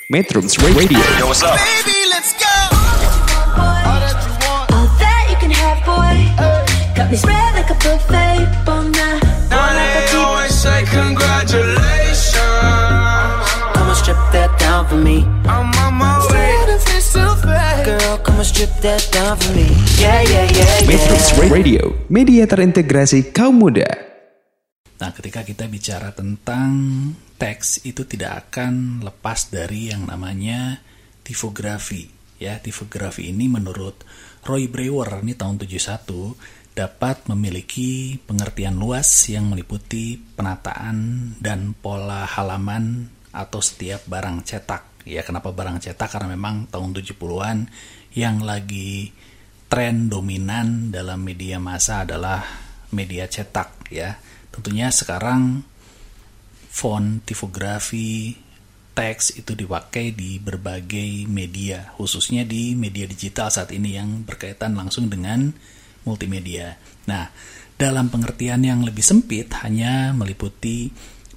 Metrums Radio. Yo, what's up? Baby, let's go. All that you want, all that you can have, boy. Got me spread like a buffet, bon night. Now they always say congratulations. Come on, strip that down for me. I'm on my way. Girl, come on, strip that down for me. Yeah, yeah, yeah, Metrums yeah. Radio, media terintegrasi kaum muda. Nah, ketika kita bicara tentang teks, itu tidak akan lepas dari yang namanya tipografi. Ya, tipografi ini menurut Roy Brewer, ini tahun 71, dapat memiliki pengertian luas yang meliputi penataan dan pola halaman atau setiap barang cetak. Ya, kenapa barang cetak? Karena memang tahun 70-an yang lagi tren dominan dalam media massa adalah media cetak, ya. Tentunya sekarang font, tipografi, teks itu dipakai di berbagai media, khususnya di media digital saat ini yang berkaitan langsung dengan multimedia. Nah, dalam pengertian yang lebih sempit hanya meliputi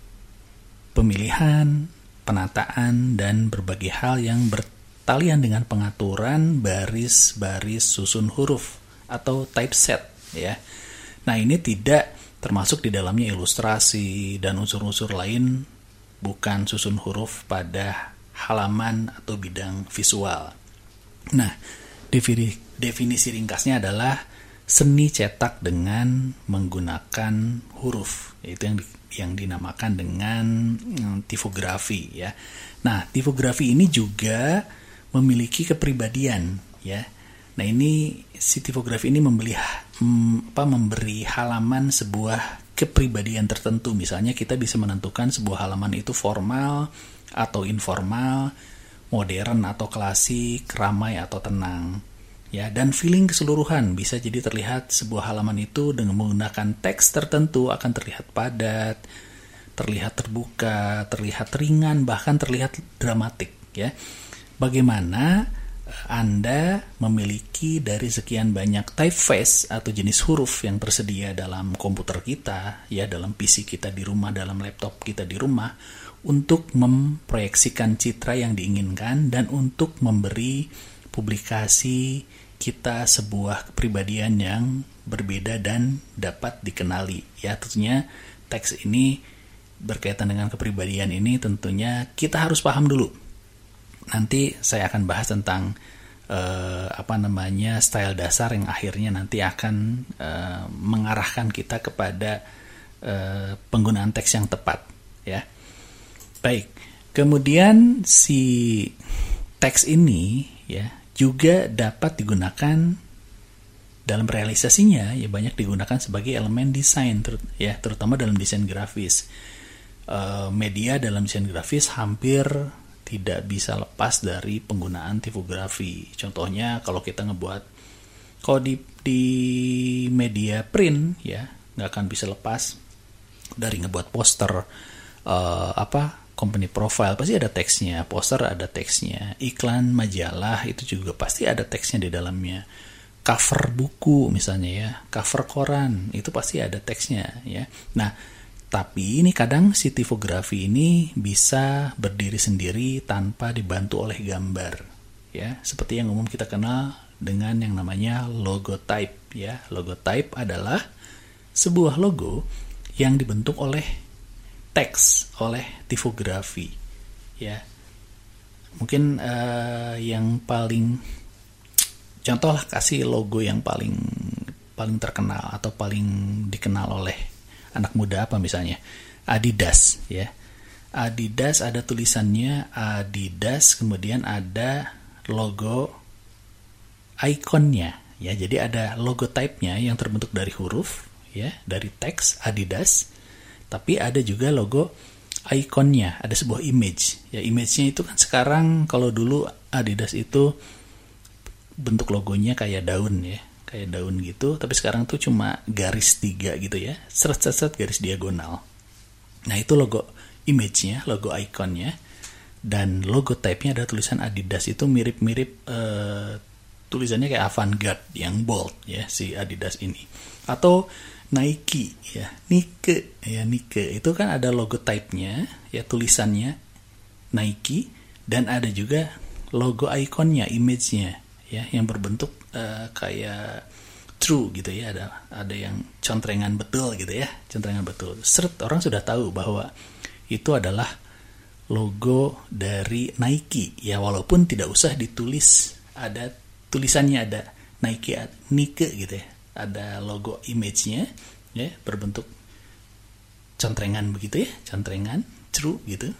pemilihan, penataan, dan berbagai hal yang bertalian dengan pengaturan baris-baris susun huruf atau typeset, ya. Nah, ini tidak termasuk di dalamnya ilustrasi dan unsur-unsur lain, bukan susun huruf pada halaman atau bidang visual. Nah, definisi ringkasnya adalah seni cetak dengan menggunakan huruf, yaitu yang dinamakan dengan tipografi, ya. Nah, tipografi ini juga memiliki kepribadian, ya. Nah, ini si tipografi ini memberi halaman sebuah kepribadian tertentu. Misalnya kita bisa menentukan sebuah halaman itu formal atau informal, modern atau klasik, ramai atau tenang. Ya, dan feeling keseluruhan bisa jadi terlihat sebuah halaman itu dengan menggunakan teks tertentu akan terlihat padat, terlihat terbuka, terlihat ringan, bahkan terlihat dramatik, ya. Bagaimana Anda memiliki dari sekian banyak typeface atau jenis huruf yang tersedia dalam komputer kita, ya, dalam PC kita di rumah, dalam laptop kita di rumah, untuk memproyeksikan citra yang diinginkan dan untuk memberi publikasi kita sebuah kepribadian yang berbeda dan dapat dikenali. Ya, tentunya teks ini berkaitan dengan kepribadian ini tentunya kita harus paham dulu. Nanti saya akan bahas tentang style dasar yang akhirnya nanti akan mengarahkan kita kepada penggunaan teks yang tepat, ya. Baik, kemudian si teks ini, ya, juga dapat digunakan dalam realisasinya, ya, banyak digunakan sebagai elemen desain, terutama dalam desain grafis. Media dalam desain grafis hampir tidak bisa lepas dari penggunaan tipografi. Contohnya kalau kita kalau di media print, ya, nggak akan bisa lepas dari ngebuat poster, company profile pasti ada teksnya, poster ada teksnya, iklan majalah itu juga pasti ada teksnya di dalamnya, cover buku misalnya, ya, cover koran itu pasti ada teksnya, ya. Nah, tapi ini kadang si tipografi ini bisa berdiri sendiri tanpa dibantu oleh gambar, ya, seperti yang umum kita kenal dengan yang namanya logotype, ya. Logotype adalah sebuah logo yang dibentuk oleh teks, oleh tipografi, ya. Mungkin yang paling contoh lah, kasih logo yang paling terkenal atau paling dikenal oleh anak muda apa misalnya, Adidas, ya. Adidas ada tulisannya Adidas, kemudian ada logo ikonnya, ya. Jadi ada logotype-nya yang terbentuk dari huruf, ya, dari teks Adidas, tapi ada juga logo ikonnya, ada sebuah image, ya. Image-nya itu kan sekarang, kalau dulu Adidas itu bentuk logonya kayak daun, ya, kayak daun gitu, tapi sekarang tuh cuma garis 3 gitu, ya, seret-seret garis diagonal. Nah, itu logo image-nya, logo ikonnya, dan logo type-nya ada tulisan Adidas. Itu mirip-mirip tulisannya kayak avant-garde yang bold, ya, si Adidas ini. Atau Nike, ya, Nike itu kan ada logo type-nya, ya, tulisannya Nike, Dan ada juga logo ikonnya, image-nya, ya, yang berbentuk kayak true gitu ya, ada yang contrengan betul gitu ya, contrengan betul. Orang sudah tahu bahwa itu adalah logo dari Nike ya, walaupun tidak usah ditulis, ada tulisannya, ada Nike gitu ya, ada logo image-nya ya, berbentuk contrengan begitu ya, contrengan true gitu.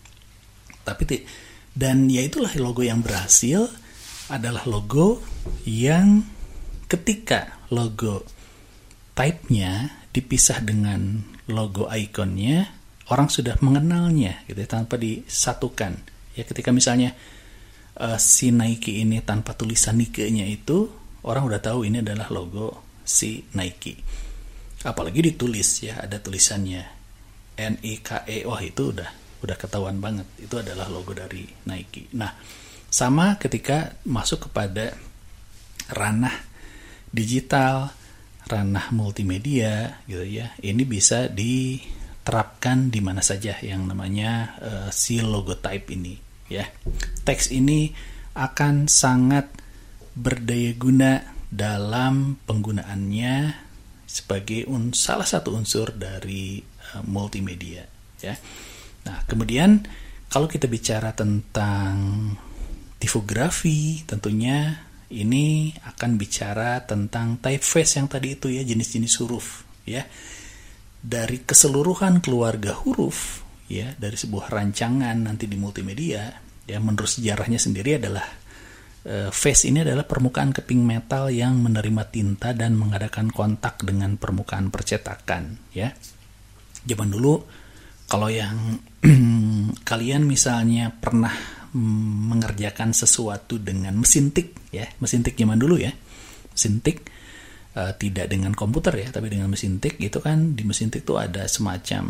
Dan ya itulah logo yang berhasil, adalah logo yang ketika logo type-nya dipisah dengan logo ikonnya, orang sudah mengenalnya gitu ya, tanpa disatukan. Ya, ketika misalnya si Nike ini tanpa tulisan Nike-nya itu, orang udah tahu ini adalah logo si Nike. Apalagi ditulis ya, ada tulisannya NIKE, wah itu udah ketahuan banget, itu adalah logo dari Nike. Nah, sama ketika masuk kepada ranah digital, ranah multimedia gitu ya, ini bisa diterapkan di mana saja yang namanya si logo type ini ya. Teks ini akan sangat berdaya guna dalam penggunaannya sebagai salah satu unsur dari multimedia ya. Nah, kemudian kalau kita bicara tentang tipografi, tentunya ini akan bicara tentang typeface yang tadi itu ya, jenis-jenis huruf ya. Dari keseluruhan keluarga huruf ya, dari sebuah rancangan nanti di multimedia ya, menurut sejarahnya sendiri adalah face ini adalah permukaan keping metal yang menerima tinta dan mengadakan kontak dengan permukaan percetakan ya. Zaman dulu kalau yang kalian misalnya pernah mengerjakan sesuatu dengan mesin tik ya, mesin tik zaman dulu ya, mesin tik tidak dengan komputer ya, tapi dengan mesin tik itu kan, di mesin tik tuh ada semacam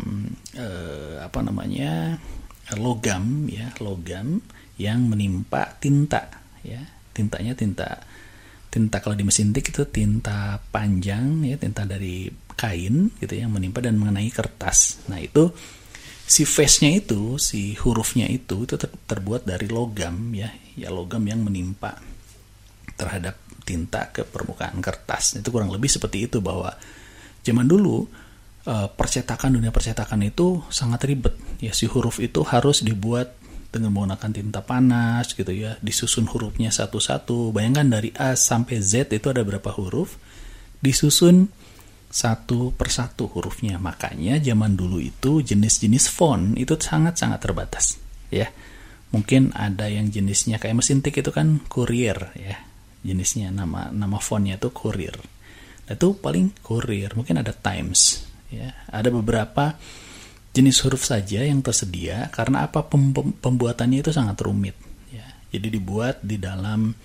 logam ya, logam yang menimpa tinta ya, tintanya tinta kalau di mesin tik itu tinta panjang ya, tinta dari kain gitu yang menimpa dan mengenai kertas. Nah itu si face-nya itu, si hurufnya itu terbuat dari logam ya, logam yang menimpa terhadap tinta ke permukaan kertas. Itu kurang lebih seperti itu, bahwa zaman dulu dunia percetakan itu sangat ribet ya, si huruf itu harus dibuat dengan menggunakan tinta panas gitu ya, disusun hurufnya satu-satu. Bayangkan dari A sampai Z itu ada berapa huruf, disusun satu persatu hurufnya. Makanya zaman dulu itu jenis-jenis font itu sangat-sangat terbatas ya. Mungkin ada yang jenisnya kayak mesin tik itu kan Courier ya, jenisnya nama fontnya itu Courier. Nah, itu paling Courier, mungkin ada Times ya. Ada beberapa jenis huruf saja yang tersedia, karena apa, pembuatannya itu sangat rumit ya. Jadi dibuat di dalam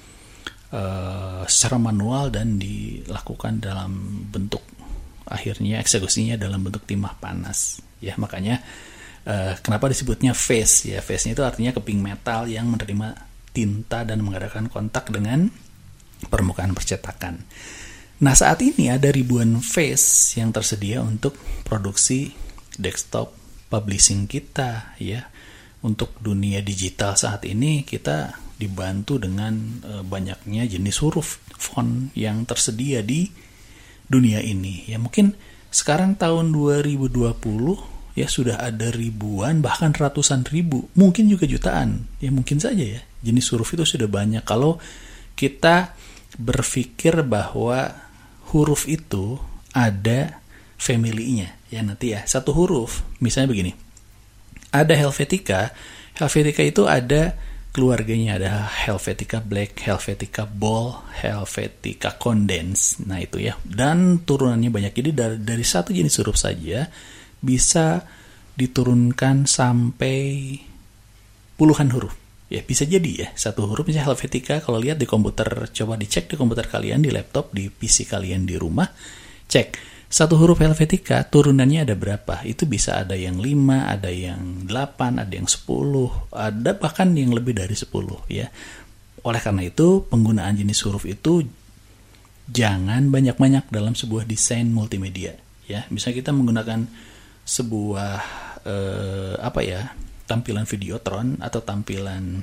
secara manual dan dilakukan dalam bentuk, akhirnya eksekusinya dalam bentuk timah panas ya. Makanya kenapa disebutnya face ya, face-nya itu artinya keping metal yang menerima tinta dan mengadakan kontak dengan permukaan percetakan. Nah, saat ini ada ribuan face yang tersedia untuk produksi desktop publishing kita ya. Untuk dunia digital saat ini kita dibantu dengan banyaknya jenis huruf font yang tersedia di dunia ini ya. Mungkin sekarang tahun 2020 ya sudah ada ribuan, bahkan ratusan ribu, mungkin juga jutaan ya, mungkin saja ya, jenis huruf itu sudah banyak. Kalau kita berpikir bahwa huruf itu ada family-nya ya, nanti ya, satu huruf misalnya begini, ada Helvetica itu ada keluarganya, ada Helvetica Black, Helvetica Bold, Helvetica Condense. Nah itu ya, dan turunannya banyak. Jadi dari satu jenis huruf saja bisa diturunkan sampai puluhan huruf ya, bisa jadi ya. Satu huruf misalnya Helvetica, kalau lihat di komputer, coba dicek di komputer kalian, di laptop, di PC kalian di rumah, cek satu huruf Helvetica turunannya ada berapa. Itu bisa ada yang 5, ada yang 8, ada yang 10, ada bahkan yang lebih dari 10 ya. Oleh karena itu, penggunaan jenis huruf itu jangan banyak-banyak dalam sebuah desain multimedia ya. Misalnya kita menggunakan sebuah tampilan videotron atau tampilan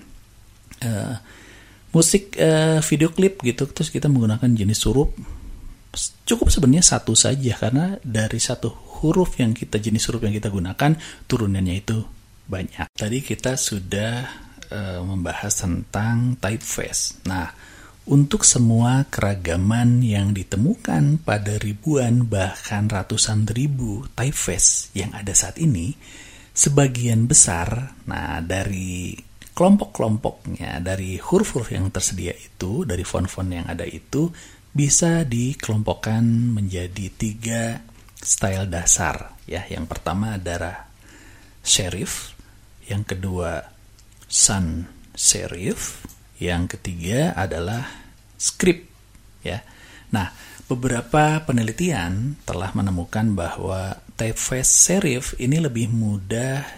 musik video klip gitu, terus kita menggunakan jenis huruf, cukup sebenarnya satu saja, karena dari satu huruf yang kita, jenis huruf yang kita gunakan, turunannya itu banyak. Tadi kita sudah membahas tentang typeface. Nah, untuk semua keragaman yang ditemukan pada ribuan bahkan ratusan ribu typeface yang ada saat ini, sebagian besar, nah dari kelompok-kelompoknya, dari huruf-huruf yang tersedia itu, dari font-font yang ada itu, bisa dikelompokkan menjadi 3 style dasar. Ya, yang pertama adalah serif, yang kedua sans serif, yang ketiga adalah script. Ya, nah beberapa penelitian telah menemukan bahwa typeface serif ini lebih mudah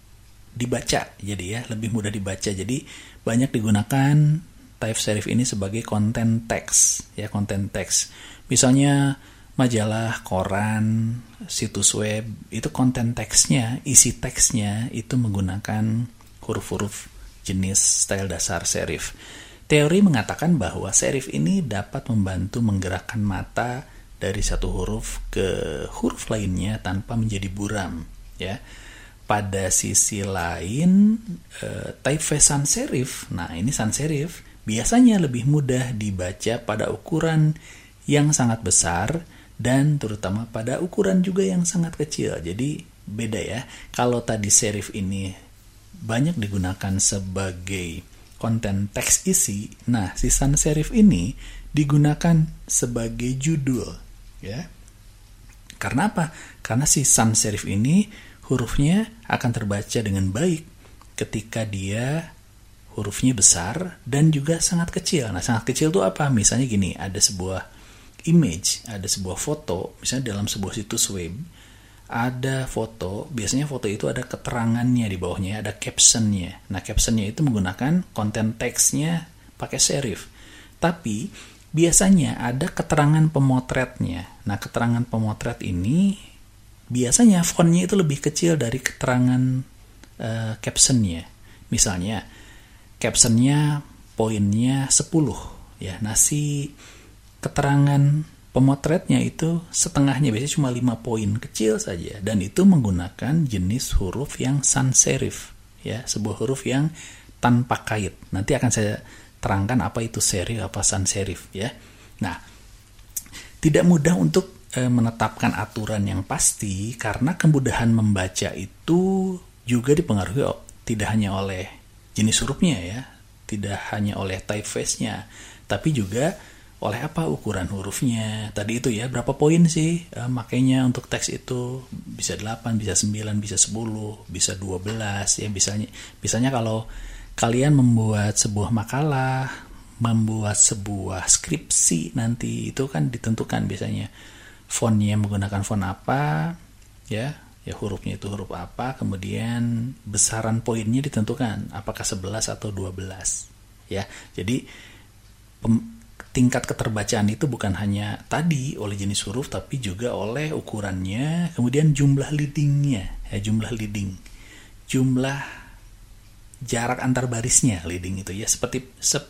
dibaca, jadi ya lebih mudah dibaca. Jadi banyak digunakan type serif ini sebagai content text, ya content text. Misalnya majalah, koran, situs web, itu content text-nya, isi teksnya itu menggunakan huruf-huruf jenis style dasar serif. Teori mengatakan bahwa serif ini dapat membantu menggerakkan mata dari satu huruf ke huruf lainnya tanpa menjadi buram, ya. Pada sisi lain, typeface sans serif, nah ini sans serif biasanya lebih mudah dibaca pada ukuran yang sangat besar dan terutama pada ukuran juga yang sangat kecil. Jadi beda ya. Kalau tadi serif ini banyak digunakan sebagai konten teks isi, nah si sans serif ini digunakan sebagai judul, ya. Karena apa? Karena si sans serif ini hurufnya akan terbaca dengan baik ketika dia hurufnya besar dan juga sangat kecil. Nah, sangat kecil itu apa? Misalnya gini, ada sebuah image, ada sebuah foto, misalnya dalam sebuah situs web, ada foto, biasanya foto itu ada keterangannya di bawahnya, ada captionnya. Nah, captionnya itu menggunakan konten teksnya pakai serif. Tapi biasanya ada keterangan pemotretnya. Nah, keterangan pemotret ini biasanya fontnya itu lebih kecil dari keterangan captionnya. Misalnya captionnya poinnya 10, ya. Nah, si keterangan pemotretnya itu setengahnya, biasanya cuma 5 poin kecil saja, dan itu menggunakan jenis huruf yang sans serif, ya, sebuah huruf yang tanpa kait. Nanti akan saya terangkan apa itu serif, apa sans serif, ya. Nah, tidak mudah untuk menetapkan aturan yang pasti karena kemudahan membaca itu juga dipengaruhi tidak hanya oleh jenis hurufnya, ya, tidak hanya oleh typeface-nya, tapi juga oleh apa, ukuran hurufnya. Tadi itu ya, berapa poin sih makanya untuk teks itu, bisa 8, bisa 9, bisa 10, bisa 12, ya. Misalnya kalau kalian membuat sebuah makalah, membuat sebuah skripsi, nanti itu kan ditentukan biasanya fontnya menggunakan font apa, ya hurufnya itu huruf apa, kemudian besaran poinnya ditentukan apakah 11 atau 12, ya. Jadi tingkat keterbacaan itu bukan hanya tadi oleh jenis huruf, tapi juga oleh ukurannya, kemudian jumlah leadingnya, ya, jumlah jarak antar barisnya, leading itu ya, seperti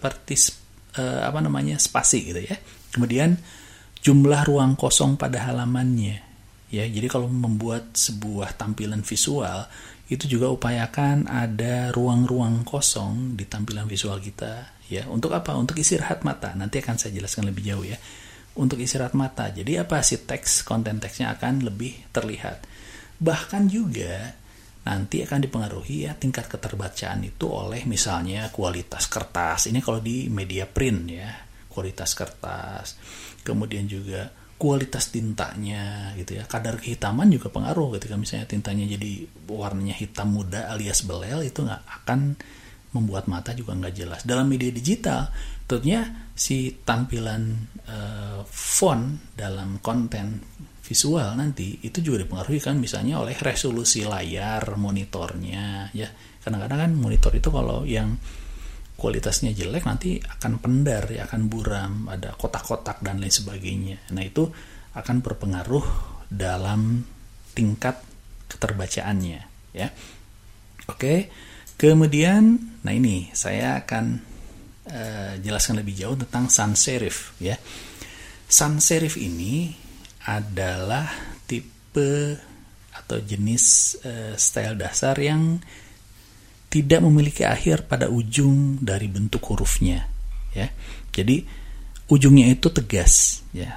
spasi gitu ya. Kemudian jumlah ruang kosong pada halamannya, ya. Jadi kalau membuat sebuah tampilan visual itu juga upayakan ada ruang-ruang kosong di tampilan visual kita, ya. Untuk apa? Untuk istirahat mata. Nanti akan saya jelaskan lebih jauh, ya. Untuk istirahat mata. Jadi apa, si teks, konten teksnya akan lebih terlihat. Bahkan juga nanti akan dipengaruhi, ya, tingkat keterbacaan itu oleh misalnya kualitas kertas. Ini kalau di media print, ya, kualitas kertas. Kemudian juga kualitas tintanya gitu ya. Kadar kehitaman juga pengaruh. Ketika misalnya tintanya jadi warnanya hitam muda alias belel, itu nggak akan membuat mata juga nggak jelas. Dalam media digital tentunya si tampilan font dalam konten visual nanti itu juga dipengaruhi kan misalnya oleh resolusi layar monitornya, ya. Kadang-kadang kan monitor itu kalau yang kualitasnya jelek nanti akan pendar, ya, akan buram, ada kotak-kotak dan lain sebagainya. Nah, itu akan berpengaruh dalam tingkat keterbacaannya, ya. Oke. Kemudian, nah ini saya akan jelaskan lebih jauh tentang sans serif ya. Sans serif ini adalah tipe atau jenis style dasar yang tidak memiliki akhir pada ujung dari bentuk hurufnya ya. Jadi ujungnya itu tegas ya.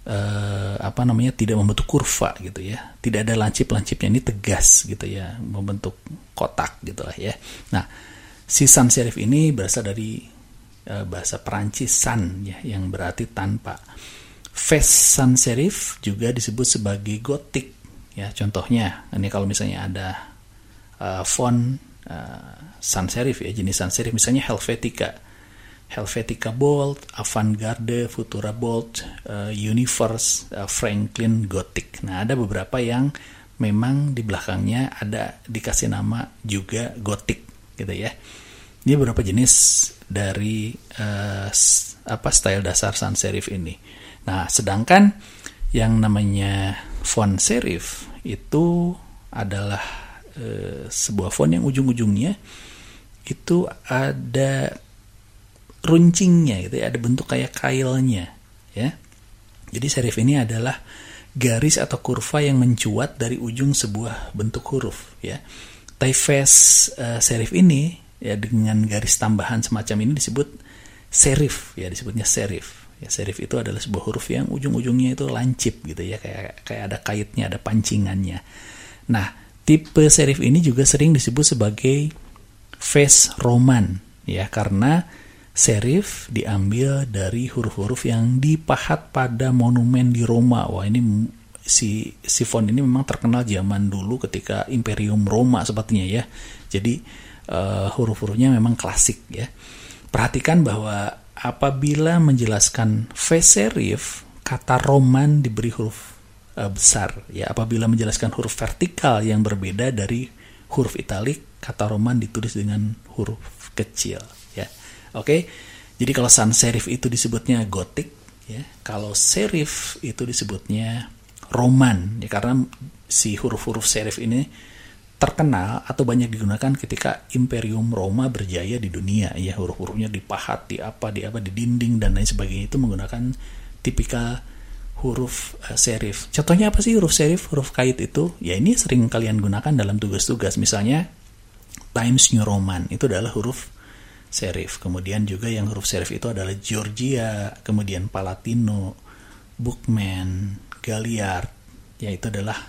Tidak membentuk kurva gitu ya. Tidak ada lancip-lancipnya, ini tegas gitu ya, membentuk kotak gitu lah ya. Nah, si sans serif ini berasal dari bahasa Perancis sans ya, yang berarti tanpa. Face sans serif juga disebut sebagai gotik ya. Contohnya ini kalau misalnya ada font sans serif ya, jenis sans serif misalnya Helvetica Bold, Avantgarde, Futura Bold, Universe, Franklin Gothic. Nah, ada beberapa yang memang di belakangnya ada dikasih nama juga Gothic gitu ya. Ini beberapa jenis dari style dasar sans serif ini. Nah, sedangkan yang namanya font serif itu adalah sebuah font yang ujung-ujungnya itu ada runcingnya gitu ya, ada bentuk kayak kailnya ya. Jadi serif ini adalah garis atau kurva yang mencuat dari ujung sebuah bentuk huruf ya. Typeface serif ini ya dengan garis tambahan semacam ini disebut serif ya, disebutnya serif. Ya, serif itu adalah sebuah huruf yang ujung-ujungnya itu lancip gitu ya, kayak ada kaitnya, ada pancingannya. Nah, tipe serif ini juga sering disebut sebagai face Roman ya, karena serif diambil dari huruf-huruf yang dipahat pada monumen di Roma. Wah, ini si font ini memang terkenal zaman dulu ketika Imperium Roma sepertinya ya. Jadi huruf-hurufnya memang klasik ya. Perhatikan bahwa apabila menjelaskan face serif, kata Roman diberi huruf besar ya. Apabila menjelaskan huruf vertikal yang berbeda dari huruf italik, kata Roman ditulis dengan huruf kecil ya. Oke. Jadi kalau sans serif itu disebutnya Gothic ya. Kalau serif itu disebutnya Roman ya, karena si huruf-huruf serif ini terkenal atau banyak digunakan ketika Imperium Roma berjaya di dunia ya. Huruf-hurufnya dipahat di dinding dan lain sebagainya, itu menggunakan tipikal huruf serif. Contohnya apa sih huruf serif, huruf kait itu? Ya ini sering kalian gunakan dalam tugas-tugas. Misalnya Times New Roman itu adalah huruf serif. Kemudian juga yang huruf serif itu adalah Georgia, kemudian Palatino, Bookman, Galliard. Ya itu adalah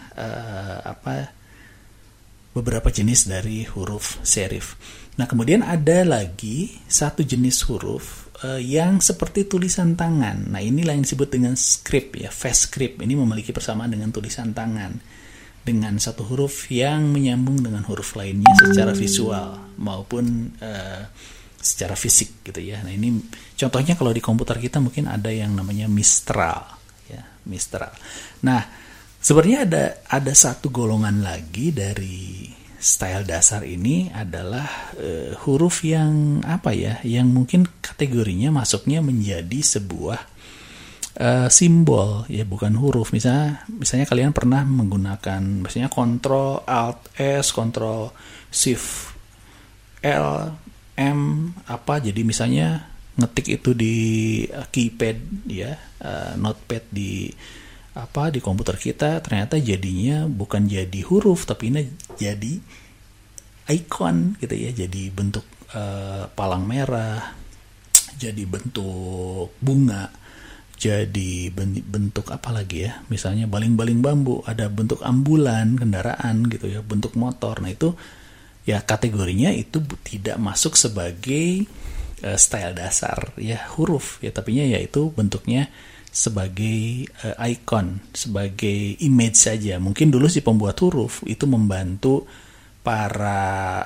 beberapa jenis dari huruf serif. Nah, kemudian ada lagi satu jenis huruf yang seperti tulisan tangan. Nah, inilah yang disebut dengan script ya, fast script. Ini memiliki persamaan dengan tulisan tangan, dengan satu huruf yang menyambung dengan huruf lainnya secara visual maupun secara fisik gitu ya. Nah, ini contohnya kalau di komputer kita mungkin ada yang namanya Mistral ya, Mistral. Nah, sebenarnya ada satu golongan lagi dari style dasar ini adalah huruf yang yang mungkin kategorinya masuknya menjadi sebuah simbol ya, bukan huruf. Misalnya kalian pernah menggunakan misalnya Ctrl Alt S, Ctrl Shift L M jadi misalnya ngetik itu di keypad ya, notepad di komputer kita, ternyata jadinya bukan jadi huruf tapi ini jadi icon gitu ya, jadi bentuk palang merah, jadi bentuk bunga, jadi bentuk apa lagi ya, misalnya baling-baling bambu, ada bentuk ambulan kendaraan gitu ya, bentuk motor. Nah itu ya kategorinya itu tidak masuk sebagai style dasar ya huruf ya, tapinya yaitu bentuknya sebagai icon, sebagai image saja. Mungkin dulu si pembuat huruf itu membantu para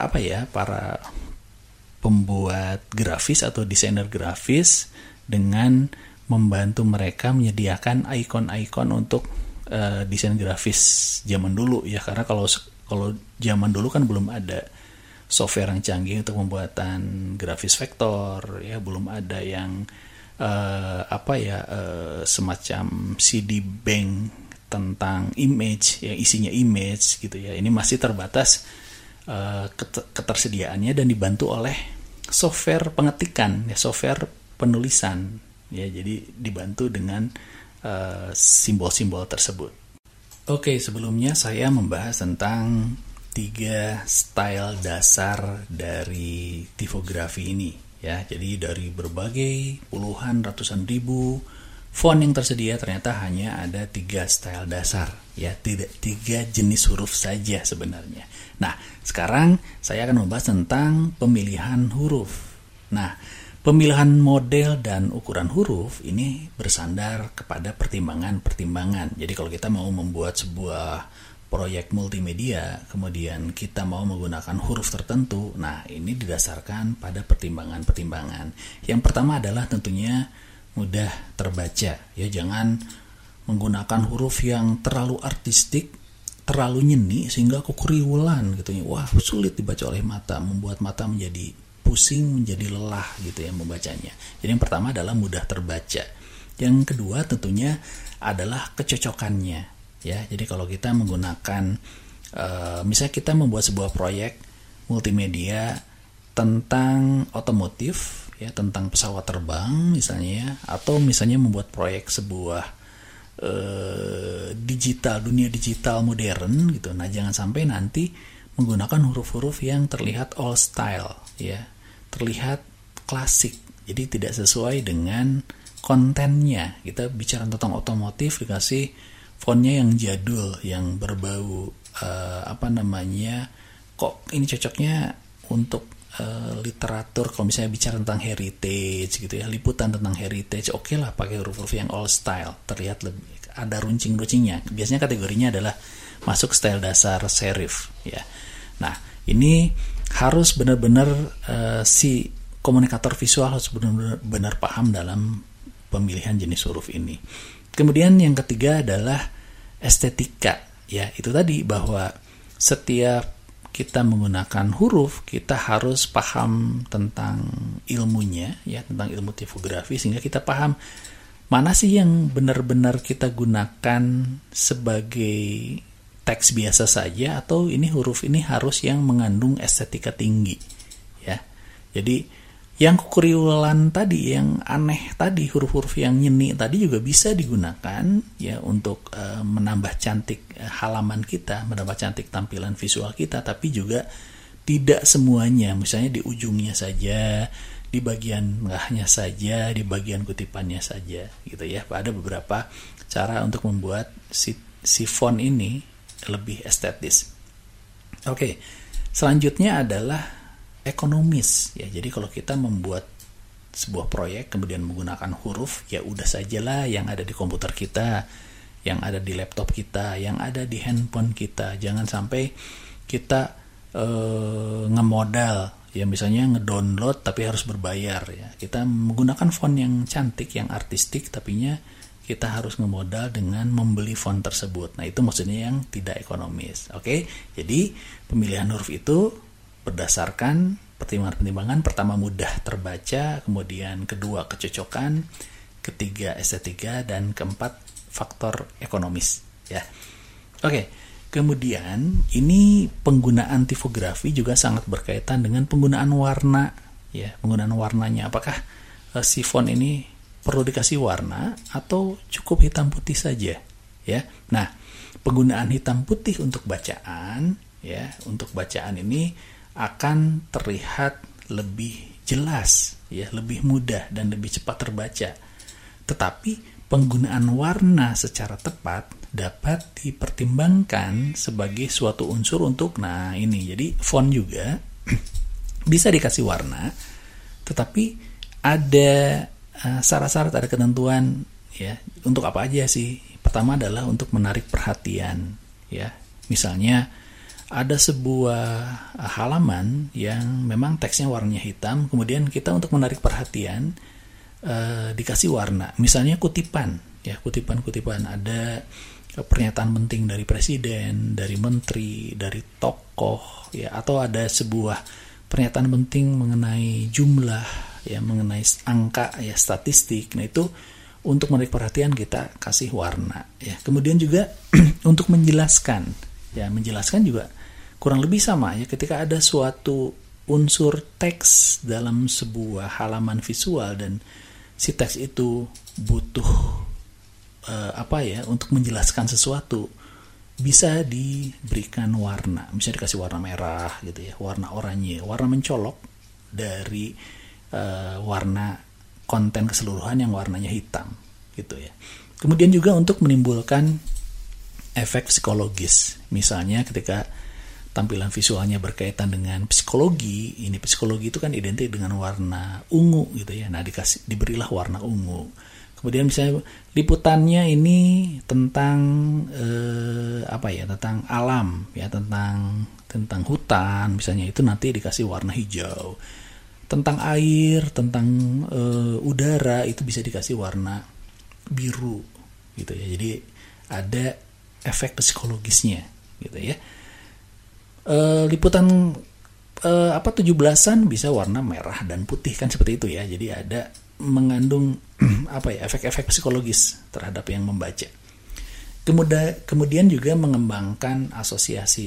pembuat grafis atau desainer grafis dengan membantu mereka menyediakan icon-icon untuk desain grafis zaman dulu ya, karena kalau zaman dulu kan belum ada software yang canggih untuk pembuatan grafis vektor ya, belum ada yang semacam CD bank tentang image yang isinya image gitu ya. Ini masih terbatas ketersediaannya dan dibantu oleh software pengetikan, ya, software penulisan, ya, jadi dibantu dengan simbol-simbol tersebut. Oke, sebelumnya saya membahas tentang 3 style dasar dari tipografi ini, ya. Jadi dari berbagai puluhan, ratusan ribu font yang tersedia, ternyata hanya ada 3 style dasar, ya, tidak 3 jenis huruf saja sebenarnya. Nah, sekarang saya akan membahas tentang pemilihan huruf. Nah, pemilihan model dan ukuran huruf ini bersandar kepada pertimbangan-pertimbangan. Jadi kalau kita mau membuat sebuah proyek multimedia, kemudian kita mau menggunakan huruf tertentu, nah ini didasarkan pada pertimbangan-pertimbangan. Yang pertama adalah tentunya mudah terbaca, ya, jangan menggunakan huruf yang terlalu artistik, terlalu nyeni sehingga kekeriulan gitu ya. Wah, sulit dibaca oleh mata, membuat mata menjadi pusing, menjadi lelah gitu ya membacanya. Jadi yang pertama adalah mudah terbaca. Yang kedua tentunya adalah kecocokannya, ya. Jadi kalau kita menggunakan misalnya kita membuat sebuah proyek multimedia tentang otomotif, ya, tentang pesawat terbang misalnya, atau misalnya membuat proyek sebuah dunia digital modern gitu. Nah, jangan sampai nanti menggunakan huruf-huruf yang terlihat old style, ya, terlihat klasik. Jadi tidak sesuai dengan kontennya. Kita bicara tentang otomotif dikasih fontnya yang jadul, yang berbau kok ini cocoknya untuk literatur. Kalau misalnya bicara tentang heritage gitu ya, liputan tentang heritage, oke lah pakai huruf-huruf yang old style, terlihat lebih ada runcing-runcingnya. Biasanya kategorinya adalah masuk style dasar serif, ya. Nah, ini harus benar-benar si komunikator visual harus benar-benar paham dalam pemilihan jenis huruf ini. Kemudian yang ketiga adalah estetika, ya. Itu tadi bahwa setiap kita menggunakan huruf, kita harus paham tentang ilmunya, ya, tentang ilmu tipografi, sehingga kita paham mana sih yang benar-benar kita gunakan sebagai teks biasa saja, atau ini huruf ini harus yang mengandung estetika tinggi, ya. Jadi yang kekeriulan tadi, yang aneh tadi, huruf-huruf yang nyeni tadi juga bisa digunakan, ya, untuk menambah cantik halaman kita, menambah cantik tampilan visual kita, tapi juga tidak semuanya. Misalnya di ujungnya saja, di bagian tengahnya saja, di bagian kutipannya saja, gitu ya. Ada beberapa cara untuk membuat si font ini lebih estetis. Oke, selanjutnya adalah ekonomis, ya. Jadi kalau kita membuat sebuah proyek kemudian menggunakan huruf, ya udah sajalah yang ada di komputer kita, yang ada di laptop kita, yang ada di handphone kita. Jangan sampai kita ngemodal, ya, misalnya ngedownload tapi harus berbayar, ya. Kita menggunakan font yang cantik, yang artistik, tapinya kita harus ngemodal dengan membeli font tersebut. Nah, itu maksudnya yang tidak ekonomis. Oke, jadi pemilihan huruf itu berdasarkan pertimbangan-pertimbangan. Pertama, mudah terbaca, kemudian kedua, kecocokan, ketiga, estetika, dan keempat, faktor ekonomis, ya. Oke, kemudian ini penggunaan tipografi juga sangat berkaitan dengan penggunaan warna, ya, penggunaan warnanya. Apakah si font ini perlu dikasih warna atau cukup hitam putih saja, ya. Nah, penggunaan hitam putih untuk bacaan, ya, untuk bacaan ini akan terlihat lebih jelas, ya, lebih mudah dan lebih cepat terbaca. Tetapi penggunaan warna secara tepat dapat dipertimbangkan sebagai suatu unsur untuk, nah ini, jadi font juga bisa dikasih warna, tetapi ada syarat-syarat, ada ketentuan, ya, untuk apa aja sih. Pertama adalah untuk menarik perhatian, ya. Misalnya ada sebuah halaman yang memang teksnya warnanya hitam, kemudian kita untuk menarik perhatian dikasih warna. Misalnya kutipan, ya, kutipan-kutipan, ada pernyataan penting dari presiden, dari menteri, dari tokoh, ya, atau ada sebuah pernyataan penting mengenai jumlah, ya, mengenai angka, ya, statistik. Nah, itu untuk menarik perhatian kita kasih warna, ya. Kemudian juga untuk menjelaskan, ya, menjelaskan juga kurang lebih sama ya, ketika ada suatu unsur teks dalam sebuah halaman visual dan si teks itu butuh untuk menjelaskan sesuatu, bisa diberikan warna, bisa dikasih warna merah gitu ya, warna oranye, warna mencolok dari warna konten keseluruhan yang warnanya hitam gitu ya. Kemudian juga untuk menimbulkan efek psikologis, misalnya ketika tampilan visualnya berkaitan dengan psikologi, ini psikologi itu kan identik dengan warna ungu gitu ya. Nah, diberilah warna ungu. Kemudian misalnya liputannya ini tentang tentang alam ya, tentang hutan misalnya, itu nanti dikasih warna hijau. Tentang air, tentang udara, itu bisa dikasih warna biru gitu ya. Jadi ada efek psikologisnya gitu ya. Liputan 17-an bisa warna merah dan putih kan, seperti itu ya. Jadi ada mengandung efek-efek psikologis terhadap yang membaca. Kemudian juga mengembangkan asosiasi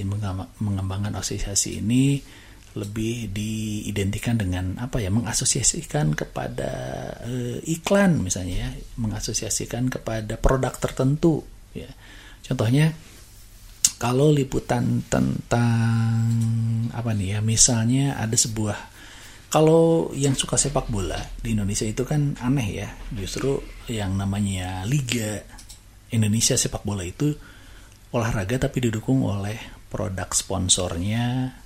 ini lebih diidentikan dengan mengasosiasikan kepada iklan misalnya ya, mengasosiasikan kepada produk tertentu ya. Contohnya kalau liputan tentang misalnya ada sebuah, kalau yang suka sepak bola di Indonesia itu kan aneh ya, justru yang namanya Liga Indonesia Sepak Bola itu olahraga tapi didukung oleh produk sponsornya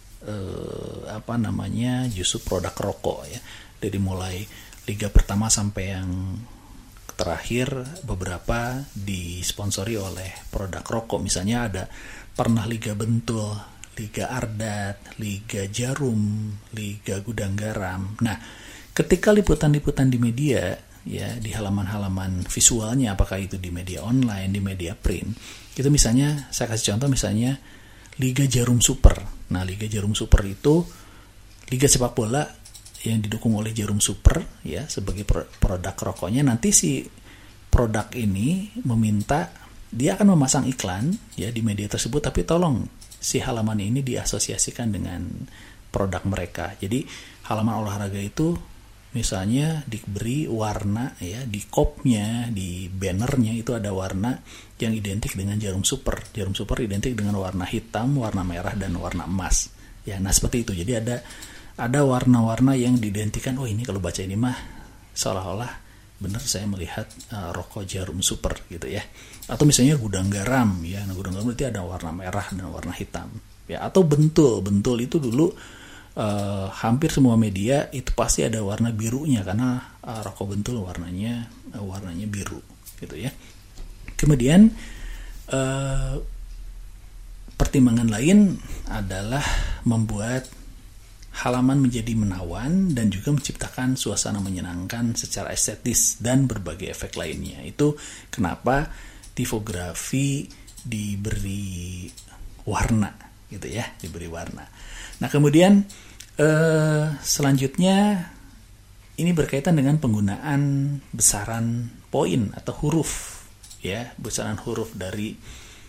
justru produk rokok ya. Dari mulai liga pertama sampai yang terakhir beberapa disponsori oleh produk rokok. Misalnya ada pernah Liga Bentul, Liga Ardat, Liga Jarum, Liga Gudang Garam. Nah, ketika liputan-liputan di media ya, di halaman-halaman visualnya, apakah itu di media online, di media print, itu misalnya saya kasih contoh misalnya Liga Jarum Super. Nah, Liga Jarum Super itu liga sepak bola yang didukung oleh Jarum Super ya sebagai produk rokoknya. Nanti si produk ini meminta, dia akan memasang iklan ya di media tersebut, tapi tolong si halaman ini diasosiasikan dengan produk mereka. Jadi halaman olahraga itu misalnya diberi warna ya, di kopnya, di bannernya itu ada warna yang identik dengan Jarum Super. Jarum Super identik dengan warna hitam, warna merah, dan warna emas. Ya, nah seperti itu. Jadi ada warna-warna yang diidentikan. Oh, ini kalau baca ini mah seolah-olah benar saya melihat rokok Jarum Super gitu ya. Atau misalnya Gudang Garam ya. Nah, Gudang Garam berarti ada warna merah dan warna hitam. Ya, atau Bentul. Bentul itu dulu hampir semua media itu pasti ada warna birunya karena rokok Bentul warnanya biru gitu ya. Kemudian pertimbangan lain adalah membuat halaman menjadi menawan dan juga menciptakan suasana menyenangkan secara estetis dan berbagai efek lainnya. Itu kenapa tipografi diberi warna gitu ya, diberi warna. Nah, kemudian selanjutnya ini berkaitan dengan penggunaan besaran poin atau huruf ya, besaran huruf dari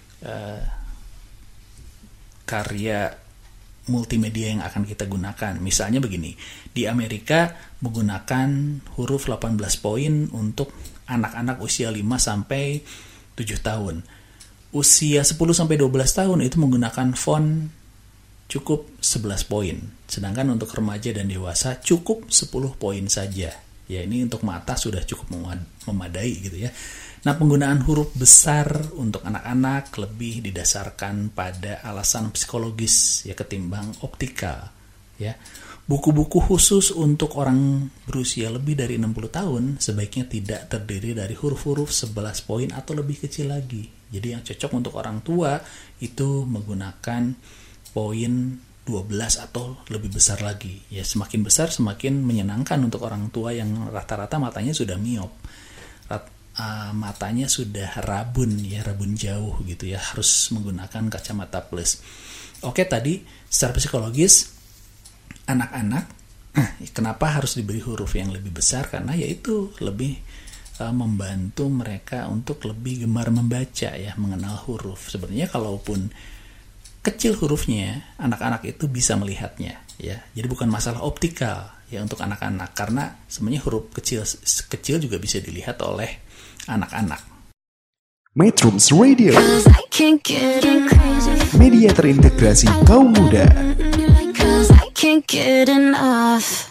karya multimedia yang akan kita gunakan. Misalnya begini, di Amerika menggunakan huruf 18 poin untuk anak-anak usia 5 sampai 7 tahun. Usia 10 sampai 12 tahun itu menggunakan font cukup 11 poin. Sedangkan untuk remaja dan dewasa cukup 10 poin saja. Ya, ini untuk mata sudah cukup memadai gitu ya. Nah, penggunaan huruf besar untuk anak-anak lebih didasarkan pada alasan psikologis ya ketimbang optikal ya. Buku-buku khusus untuk orang berusia lebih dari 60 tahun sebaiknya tidak terdiri dari huruf-huruf 11 poin atau lebih kecil lagi. Jadi yang cocok untuk orang tua itu menggunakan poin 12 atau lebih besar lagi. Ya, semakin besar semakin menyenangkan untuk orang tua yang rata-rata matanya sudah miop. Matanya sudah rabun ya, rabun jauh gitu ya, harus menggunakan kacamata plus. Oke, tadi secara psikologis anak-anak kenapa harus diberi huruf yang lebih besar? Karena yaitu lebih membantu mereka untuk lebih gemar membaca ya, mengenal huruf. Sebenarnya kalaupun kecil hurufnya, anak-anak itu bisa melihatnya, ya. Jadi bukan masalah optikal ya untuk anak-anak, karena sebenarnya huruf kecil juga bisa dilihat oleh anak-anak. Metrums Radio, 'Cause I can't get crazy. media terintegrasi kaum muda. Cause I can't get enough.